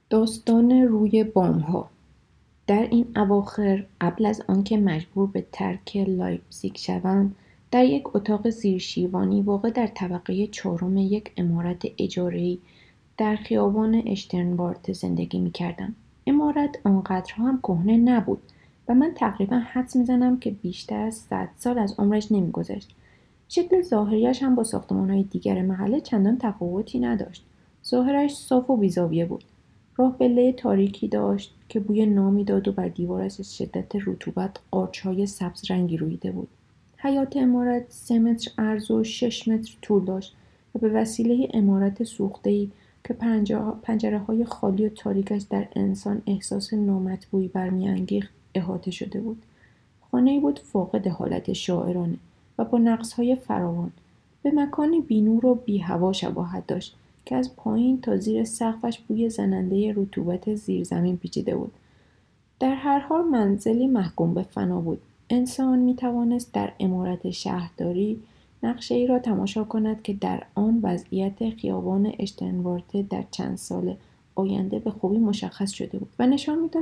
داستان روی بام‌ها. در این اواخر قبل از آنکه مجبور به ترک لایپزیگ شوم، در یک اتاق زیرشیوانی واقع در طبقه چهارم یک عمارت اجاره‌ای در خیابان اشترنبارت زندگی می‌کردم. عمارت آنقدرها هم کهنه نبود و من تقریبا حدس می‌زنم که بیشتر از 100 سال از عمرش نمی‌گذشت. شکل ظاهریش هم با ساختمان‌های دیگر محله چندان تفاوتی نداشت. ظاهرش صاف و بی‌زاویه بود. راه پله تاریکی داشت که بوی نامی داد و بر دیوارش از شدت رطوبت قارچ‌های سبز رنگی رویده بود. حیاط عمارت 3 متر عرض و 6 متر طول داشت و به وسیله عمارت سوخته‌ای که پنجره‌های خالی و تاریکش در انسان احساس نامطبوعی برمی‌انگیخت احاطه شده بود. خانه‌ای بود فاقد حالت شاعرانه و با نقص‌های فراوان. به مکانی بی‌نور و بی‌هوا شباهت داشت که از پایین تا زیر سقفش بوی زننده رطوبت زیرزمین پیچیده بود. در هر حال منزلی محکوم به فنا بود. انسان می‌توانست در عمارت شهرداری نقشه‌ای را تماشا کند که در آن وضعیت خیابان اشترنبارت در چند سال آینده به خوبی مشخص شده بود و نشان می‌داد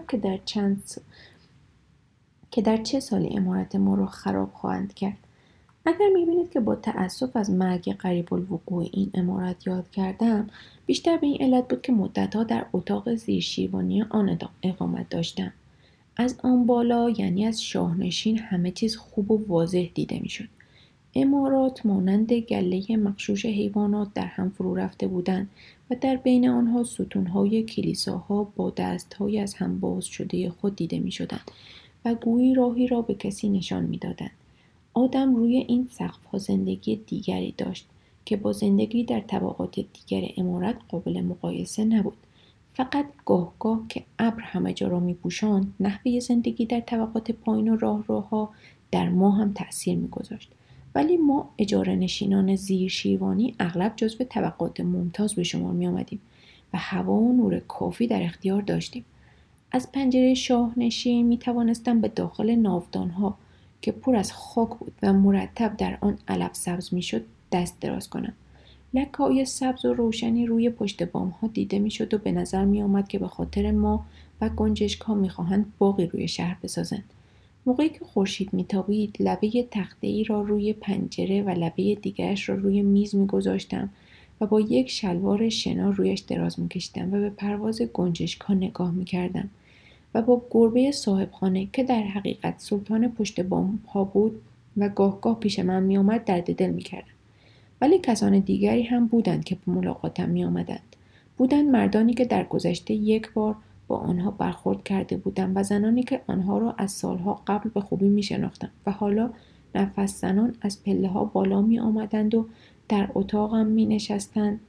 که در چه سالی عمارت ما را خراب خواهند کرد. اگر می‌بینید که با تأسف از مرگ قریب الوقوع این عمارت یاد کردم، بیشتر به این علت بود که مدت‌ها در اتاق زیرشیوانی آن اقامت داشتم. از آن بالا، یعنی از شاهنشین، همه چیز خوب و واضح دیده می‌شد. عمارات مانند گله مغشوش حیوانات در هم فرو رفته بودند و در بین آنها ستون‌های کلیساها با دست‌های از هم باز شده خود دیده می‌شدند و گویی راهی را به کسی نشان می‌دادند. آدم روی این سقف‌ها زندگی دیگری داشت که با زندگی در طبقات دیگر عمارت قابل مقایسه نبود. فقط گاه که ابر همه جا را می‌پوشاند، نحوه زندگی در طبقات پایین و راهروها در ما هم تأثیر می‌گذاشت. ولی ما اجاره‌نشینان زیرشیوانی اغلب جزو طبقات ممتاز به شمار می‌آمدیم و هوا و نور کافی در اختیار داشتیم. از پنجره شاهنشین می‌توانستم به داخل ناودان‌ها که پر از خاک بود و مرتب در آن علف سبز می‌شد دست دراز کنم. لکه‌های سبز و روشنی روی پشت بام‌ها دیده می‌شد و به نظر می‌آمد که به خاطر ما و گنجشک‌ها می‌خواهند باغی روی شهر بسازند. موقعی که خورشید می‌تابید، لبه تخته‌ای را روی پنجره و لبه دیگرش را روی میز می‌گذاشتم و با یک شلوار شنا رویش دراز می‌کشیدم و به پرواز گنجشک‌ها نگاه می‌کردم و با گربه صاحبخانه که در حقیقت سلطان پشت بام‌ها بود و گاه پیش من می‌آمد درد دل می‌کردم. ولی کسان دیگری هم بودند که به ملاقاتم می‌آمدند. بودند مردانی که در گذشته یک بار با آنها برخورد کرده بودم و زنانی که آنها را از سالها قبل به خوبی می‌شناختم و حالا نفس زنان از پله‌ها بالا می‌آمدند و در اتاقم می‌نشستند.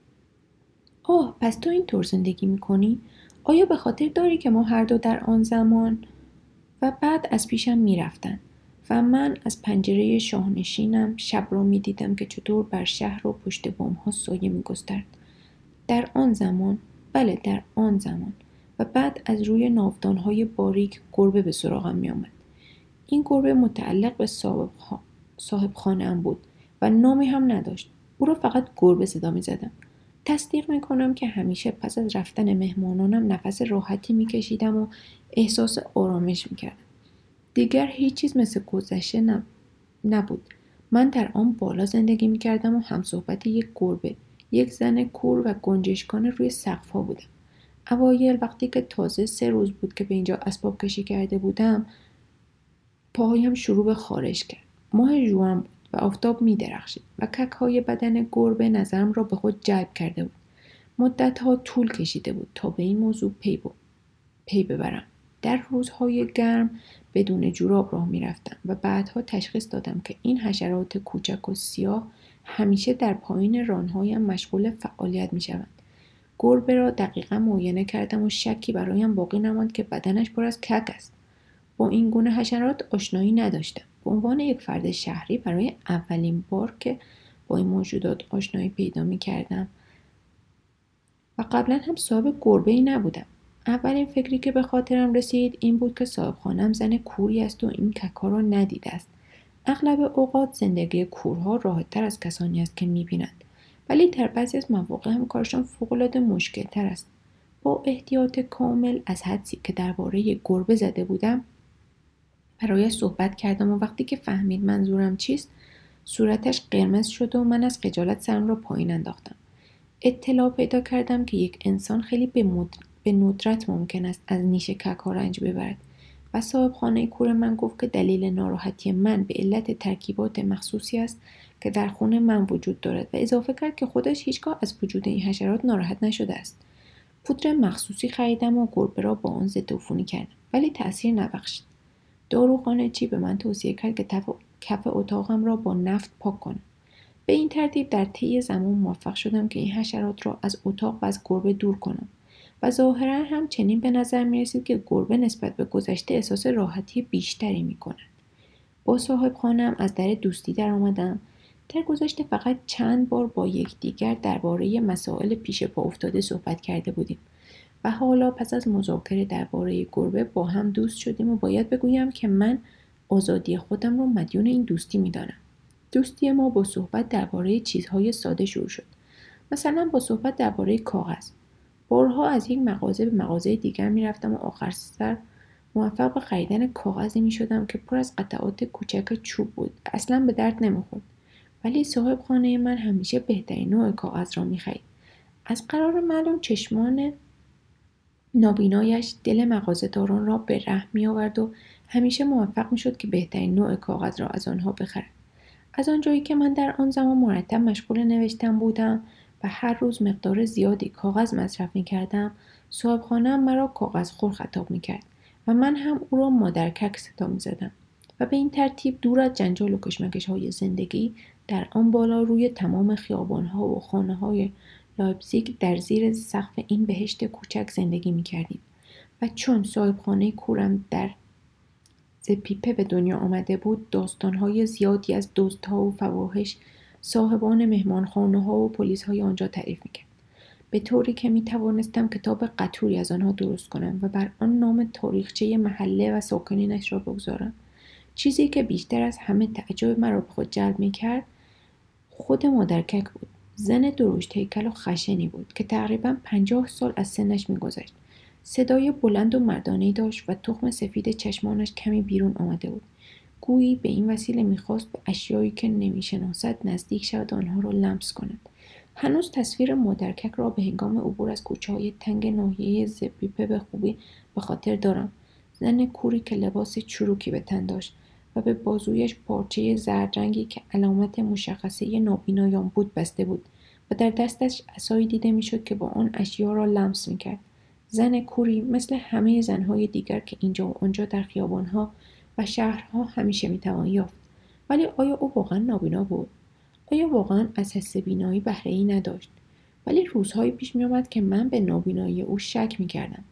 آه، پس تو اینطور زندگی می‌کنی؟ آیا به خاطر داری که ما هر دو در آن زمان؟ و بعد از پیشم می‌رفتند و من از پنجره شاهنشینم شب را می‌دیدم که چطور بر شهر و پشت بام‌ها سایه می‌گسترد. در آن زمان، بله در آن زمان، و بعد از روی ناودان‌های باریک گربه به سراغم می‌آمد. این گربه متعلق به صاحب خانه‌ام بود و نامی هم نداشت. او را فقط گربه صدا می‌زدم. تصدیق می‌کنم که همیشه پس از رفتن مهمانانم نفس راحتی می‌کشیدم و احساس آرامش می‌کردم. دیگر هیچ چیز مثل گذشته نبود. من در آن بالا زندگی می‌کردم و همصحبت یک گربه، یک زن کور و گنجشکان روی سقف‌ها بودم. اوایل وقتی که تازه 3 روز بود که به اینجا اسباب کشی کرده بودم، پاهایم شروع به خارش کرد. ماه ژوئن بود و آفتاب می‌درخشید و کک‌های بدن گربه نظرم را به خود جلب کرده بود. مدت‌ها طول کشیده بود تا به این موضوع پی ببرم. در روزهای گرم بدون جوراب راه می‌رفتم و بعدها تشخیص دادم که این حشرات کوچک و سیاه همیشه در پایین ران‌هایم مشغول فعالیت می‌شوند. گربه را دقیقاً معاینه کردم و شکی برایم باقی نماند که بدنش پر از کک است. با این گونه حشرات آشنایی نداشتم. به عنوان یک فرد شهری برای اولین بار که با این موجودات آشنایی پیدا می‌کردم و قبلا هم صاحب گربه‌ای نبودم. اولین فکری که به خاطرم رسید این بود که صاحب خانم زن کوری است و این کک‌ها را ندیده است. اغلب اوقات زندگی کورها راحت‌تر از کسانی است که می‌بینند. ولی در بعضی از مواقع هم کارشان فوق‌العاده مشکل‌تر است. با احتیاط کامل از حدسی که درباره گربه زده بودم برایش صحبت کردم و وقتی که فهمید منظورم چیست صورتش قرمز شد و من از خجالت سرم را پایین انداختم. اطلاع پیدا کردم که یک انسان خیلی به ندرت ممکن است از نیش کک‌ها رنج ببرد و صاحب خانه کور من گفت که دلیل ناراحتی من به علت ترکیبات مخصوصی است که در خونه من وجود دارد و اضافه کرد که خودش هیچگاه از وجود این حشرات ناراحت نشده است. پودر مخصوصی خریدم و گربه را با آن ضدعفونی کردم ولی تأثیر نبخشید. داروخانه چی به من توصیه کرد که کف اتاقم را با نفت پاک کنم. به این ترتیب در طی زمان موفق شدم که این حشرات را از اتاق و از گربه دور کنم و ظاهرا هم چنین به نظر می رسید که گربه نسبت به گذشته احساس راحتی بیشتری می کند. با صاحب خانم از در دوستی در آمدم. در گذشته فقط چند بار با یکدیگر درباره مسائل پیش پا افتاده صحبت کرده بودیم و حالا پس از مذاکره درباره گربه با هم دوست شدیم و باید بگویم که من آزادی خودم را مدیون این دوستی می دانم. دوستی ما با صحبت درباره چیزهای ساده شروع شد. مثلا با صحبت درباره کاغذ. بارها از یک مغازه به مغازه دیگر می رفتم و آخر سر موفق به خریدن کاغذی می شدم که پر از قطعات کوچک چوب بود. اصلا به درد نمی خورد. ولی صاحب خانه من همیشه بهترین نوع کاغذ را می خرید. از قرار معلوم چشمان نابینایش دل مغازه‌داران را به رحم می آورد و همیشه موفق می شد که بهترین نوع کاغذ را از آنها بخرد. از آنجایی که من در آن زمان مرتب مشغول نوشتن بودم و هر روز مقدار زیادی کاغذ مصرف می کردم، صاحبخانه‌ام مرا کاغذخور خطاب می کرد و من هم او را مادرکک صدا می زدم و به این ترتیب دور از جنجال و کشمکش های زندگی در آن بالا روی تمام خیابان‌ها و خانه‌های لایپزیگ در زیر سقف این بهشت کوچک زندگی می کردیم و چون صاحبخانه کورم در زپیپه به دنیا آمده بود داستانهای زیادی از دزدها و فواحش صاحبان مهمانخانه‌ها و پلیس‌های آنجا تعریف می‌کرد به طوری که می‌توانستم کتاب قطوری از آنها درست کنم و بر آن نام تاریخچه محله و ساکنینش را بگذارم. چیزی که بیشتر از همه تعجب مرا به خود جلب می‌کرد خود مادرکک بود. زن درشت هیکل و خشنی بود که تقریباً 50 سال از سنش می‌گذشت. صدای بلند و مردانه‌ای داشت و تخم سفید چشمانش کمی بیرون آمده بود. گویی به این وسیله می‌خواست به اشیایی که نمی‌شناسد نزدیک شود و آنها را لمس کند. هنوز تصویر مادرکک را به هنگام عبور از کوچه‌های تنگ ناحیه زپیپه به خوبی به خاطر دارم. زن کوری که لباس چروکی به تن داشت و به بازویش پارچه زرد رنگی که علامت مشخصه نابینایان بود بسته بود و در دستش عصایی دیده می‌شد که با آن اشیا را لمس می‌کرد. زن کوری مثل همه زنهای دیگر که اینجا و آنجا در خیابانها و شهرها همیشه میتوان یافت. ولی آیا او واقعا نابینا بود؟ آیا واقعا از حس بینایی بهره‌ای نداشت؟ ولی روزهایی پیش میآمد که من به نابینایی او شک میکردم.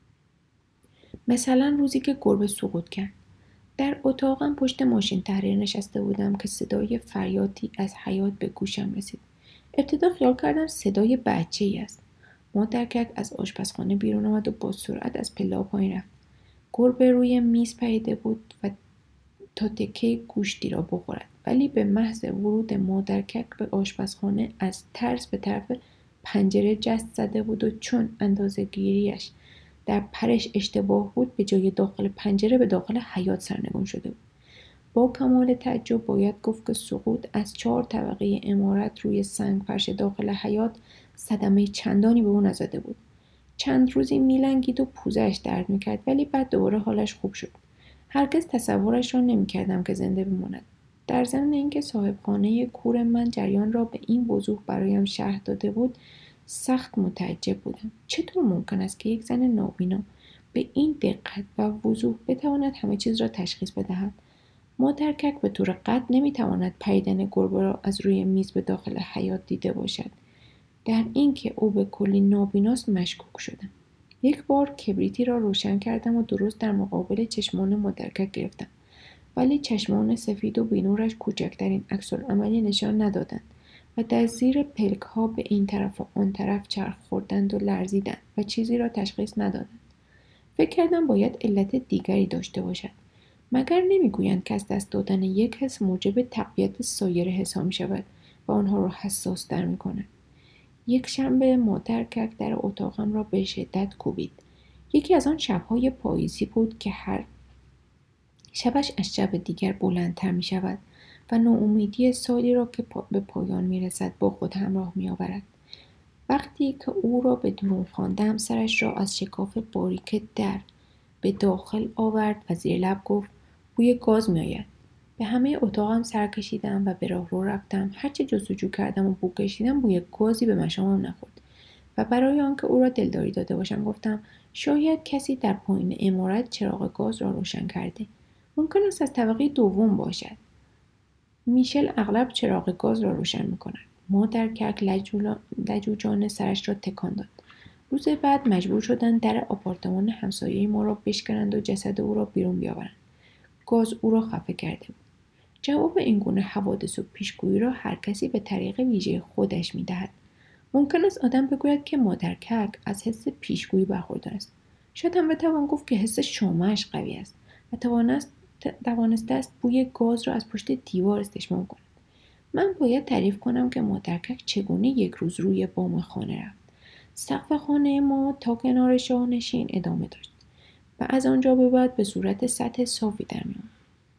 مثلا روزی که گربه سقوط کرد. در اتاقم پشت ماشین تحریر نشسته بودم که صدای فریادی از حیاط به گوشم رسید. ابتدا خیال کردم صدای بچه‌ای است. مادرکک از آشپزخانه بیرون آمد و با سرعت از پله‌ها پایین رفت. گربه روی میز پریده بود و تا تکه گوشتی را بخورد ولی به محض ورود مادرکک به آشپزخانه از ترس به طرف پنجره جست زده بود و چون اندازه‌گیریش در پرش اشتباه بود به جای داخل پنجره به داخل حیاط سرنگون شده بود. با کمال تعجب باید گفت که سقوط از 4 طبقه عمارت روی سنگ فرش داخل حیاط صدمه چندانی به او نزده بود. چند روزی میلنگید و پوزه‌اش درد میکرد ولی بعد دوباره حالش خوب شد. هرگز تصورش را نمیکردم که زنده بماند. در ضمن اینکه صاحبخانه کور من جریان را به این وضوح برایم شرح داده بود سخت متعجب بودم. چطور ممکن است که یک زن نابینا به این دقت و وضوح بتواند همه چیز را تشخیص بدهد؟ مادرکک به طور قطع نمیتواند پریدن گربه را از روی میز به داخل حیاط دیده باشد. در اینکه او به کلی نابیناست مشکوک شدم. یک بار کبریتی را روشن کردم و درست در مقابل چشمان مادرکک گرفتم. ولی چشمان سفید و بینورش کوچکترین عکس‌العملی نشان ندادند و در زیر پلک‌ها به این طرف و آن طرف چرخ خوردند و لرزیدند و چیزی را تشخیص ندادند. فکر کردم باید علت دیگری داشته باشد. مگر نمیگویند که از دست دادن یک حس موجب تقویت سایر حس‌ها می‌شود و آنها را حساس‌تر می‌کند. یک شنبه مادر کک در اتاقم را به شدت کوبید. یکی از آن شب‌های پاییزی بود که هر شبش از شب دیگر بلندتر می شود و ناامیدی سالی را که به پایان می رسد با خود همراه می آورد. وقتی که او را به درون خواندم سرش را از شکاف باریک در به داخل آورد و زیر لب گفت بوی گاز می آید. به همه اتاقم سر کشیدم و به راهرو رفتم. هرچه جستجو کردم و بو کشیدم بوی گازی به مشامم نخورد و برای آنکه او را دلداری داده باشم گفتم شاید کسی در پایین عمارت چراغ گاز را روشن کرده. ممکن است از طبقه دوم باشد. میشل اغلب چراغ گاز را روشن می‌کند. مادر کک لجوجانه سرش را تکان داد. روز بعد مجبور شدند در آپارتمان همسایه ما را بشکنند و جسد او را بیرون بیاورند. گاز او را خفه کرده بود. جواب این گونه حوادث و پیشگویی را هر کسی به طریق ویژه خودش می‌دهد. ممکن است آدم بگوید که مادر کک از حس پیشگویی برخوردار است. شاید هم بتوان گفت که حس شامه‌اش قوی است و توانسته است بوی گاز را از پشت دیوار استشمام کند. من باید تعریف کنم که مادر کک چگونه یک روز روی بام خانه رفت. سقف خانه ما تا کنار شاهنشین ادامه داشت و از آنجا به بعد به صورت سطح صافی در می‌آمد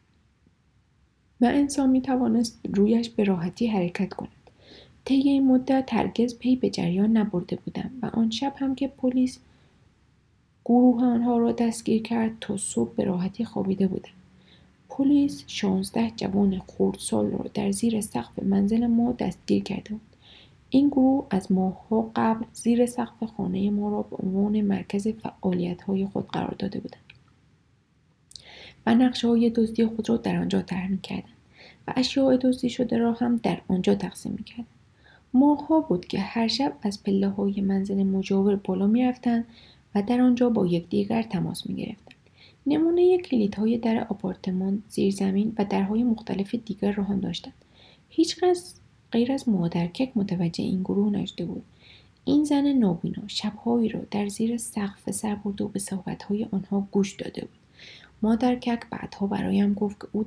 و انسان می‌توانست رویش به راحتی حرکت کند. طی این مدت هرگز پی به جریان نبرده بودم و آن شب هم که پلیس گروه آنها را دستگیر کرد تا صبح به راحتی خوابیده بودم. پلیس 16 جوان خردسال را در زیر سقف منزل ما دستگیر کرده بود. این گروه از ماه‌ها قبل زیر سقف خانه ما را به عنوان مرکز فعالیت‌های خود قرار داده بودند و نقشه‌های دزدی خود را در آنجا طرح می‌کردند و اشیاء دزدی شده را هم در آنجا تقسیم می‌کردند. ماه‌ها بود که هر شب از پله‌های منزل مجاور بالا می‌رفتند و در آنجا با یکدیگر تماس می‌گرفتند. نمونه کلیدهای در آپارتمان، زیرزمین و درهای مختلف دیگر را هم داشتند. هیچکس غیر از مادر کک متوجه این گروه نشده بود. این زن نابینا شب‌هایی را در زیر سقف سر برده و به صحبت‌های آنها گوش داده بود. مادر کک بعدها برایم گفت که او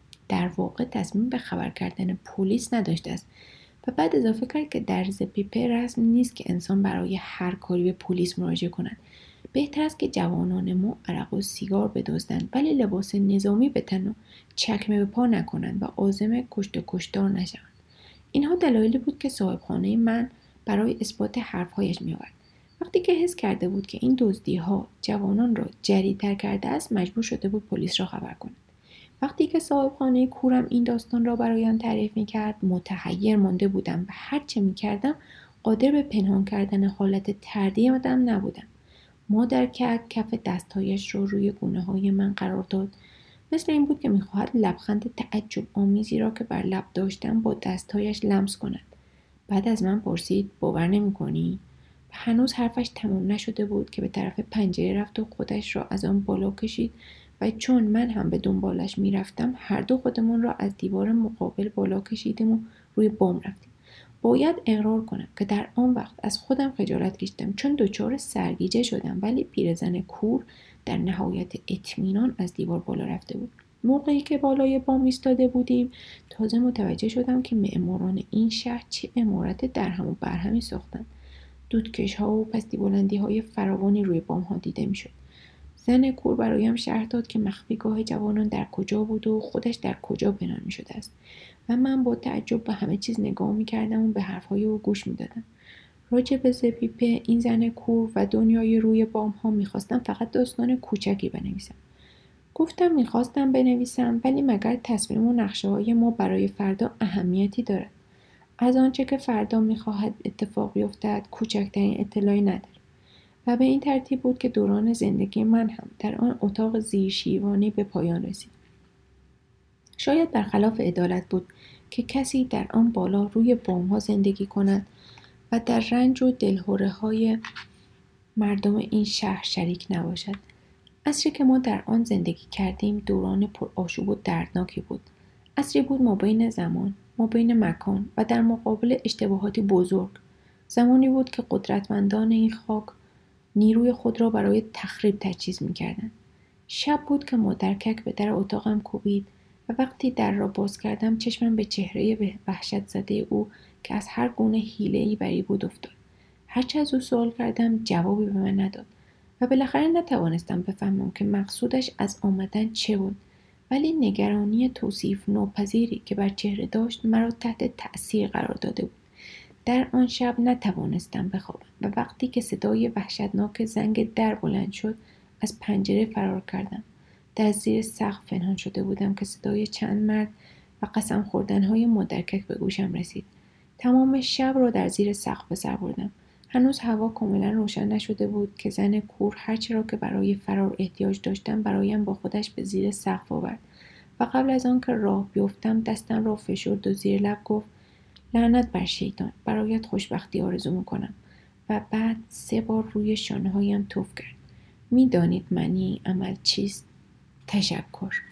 در واقع تصمیم به خبر کردن پلیس نداشته است و بعد اضافه کرد که در زپیپه رسم نیست که انسان برای هر کاری به پلیس مراجعه کند. بهتر است که جوانان ما عرق و سیگار بدزدند ولی لباس نظامی بتن و چکمه به پا نکنند و عازم کشت و کشتار نشوند. اینها دلایلی بود که صاحبخانه من برای اثبات حرفهایش می‌آورد. وقتی که حس کرده بود که این دزدی‌ها جوانان را جری‌تر کرده است مجبور شده بود پلیس را خبر کند. وقتی که صاحبخانه کورم این داستان را برایم تعریف می‌کرد متحیر مانده بودم و هر چه می‌کردم قادر به پنهان کردن حالت تردیدم نبودم. مادر کف دستهایش را روی گونه‌های من قرار داد. مثل این بود که می‌خواهد لبخند تعجب آمیزی را که بر لب داشتم با دستهایش لمس کند. بعد از من پرسید باور نمی‌کنی؟ و هنوز حرفش تمام نشده بود که به طرف پنجره رفت و خودش را از آن بالا کشید و چون من هم به دنبالش می‌رفتم هر دو خودمان را از دیوار مقابل بالا کشیدیم و روی بام رفتیم. باید اقرار کنم که در آن وقت از خودم خجالت کشیدم چون دچار سرگیجه شدم ولی پیرزن کور در نهایت اطمینان از دیوار بالا رفته بود. موقعی که بالای بام ایستاده بودیم تازه متوجه شدم که معماران این شهر چه عمارت درهم و برهمی ساختند. دودکش‌ها و پستی بلندی‌های فراوانی روی بام‌ها دیده می‌شد. زن کور برایم شرح داد که مخفیگاه جوانان در کجا بود و خودش در کجا پنهان می‌شده است و من با تعجب به همه چیز نگاه می‌کردم و به حرف‌های او گوش می‌دادم. راجع به زپیپه، این زن کور و دنیای روی بام‌ها می‌خواستم فقط داستان کوچکی بنویسم. گفتم می‌خواستم بنویسم ولی مگر تصمیم و نقشه‌های ما برای فردا اهمیتی دارد؟ از آنچه که فردا می‌خواهد اتفاق بیفتد کوچکترین اطلاعی ندارم. و به این ترتیب بود که دوران زندگی من هم در آن اتاق زیرشیوانی به پایان رسید. شاید برخلاف عدالت بود که کسی در آن بالا روی بام‌ها زندگی کند و در رنج و دلهره‌های مردم این شهر شریک نباشد. عصری که ما در آن زندگی کردیم دوران پرآشوب و دردناکی بود. عصری بود مابین زمان، مابین مکان و در مقابل اشتباهاتی بزرگ. زمانی بود که قدرتمندان این خاک نیروی خود را برای تخریب تجهیز می‌کردند. شب بود که مادر کک به در اتاقم کوبید و وقتی در را باز کردم چشمم به چهره وحشت زده او که از هر گونه حیله‌ای بری بود افتاد. هرچه از او سوال کردم جوابی به من نداد و بالاخره نتوانستم بفهمم که مقصودش از آمدن چه بود، ولی نگرانی توصیف ناپذیری که بر چهره داشت مرا تحت تأثیر قرار داده بود. در آن شب نتوانستم بخوابم و وقتی که صدای وحشتناک زنگ در بلند شد از پنجره فرار کردم. در زیر سقف پنهان شده بودم که صدای چند مرد و قسم خوردن‌های مدرکک به گوشم رسید. تمام شب را در زیر سقف به سر بردم. هنوز هوا کاملا روشن نشده بود که زن کور هرچه را که برای فرار احتیاج داشتم برایم با خودش به زیر سقف آورد و قبل از آن که راه بیفتم دستم را فشرد و زیر لب گفت لعنت بر شیطان، برایت خوشبختی آرزو میکنم و بعد 3 بار روی شانه‌هایم توف کرد. میدانید معنی این عمل چیست؟ تشکر.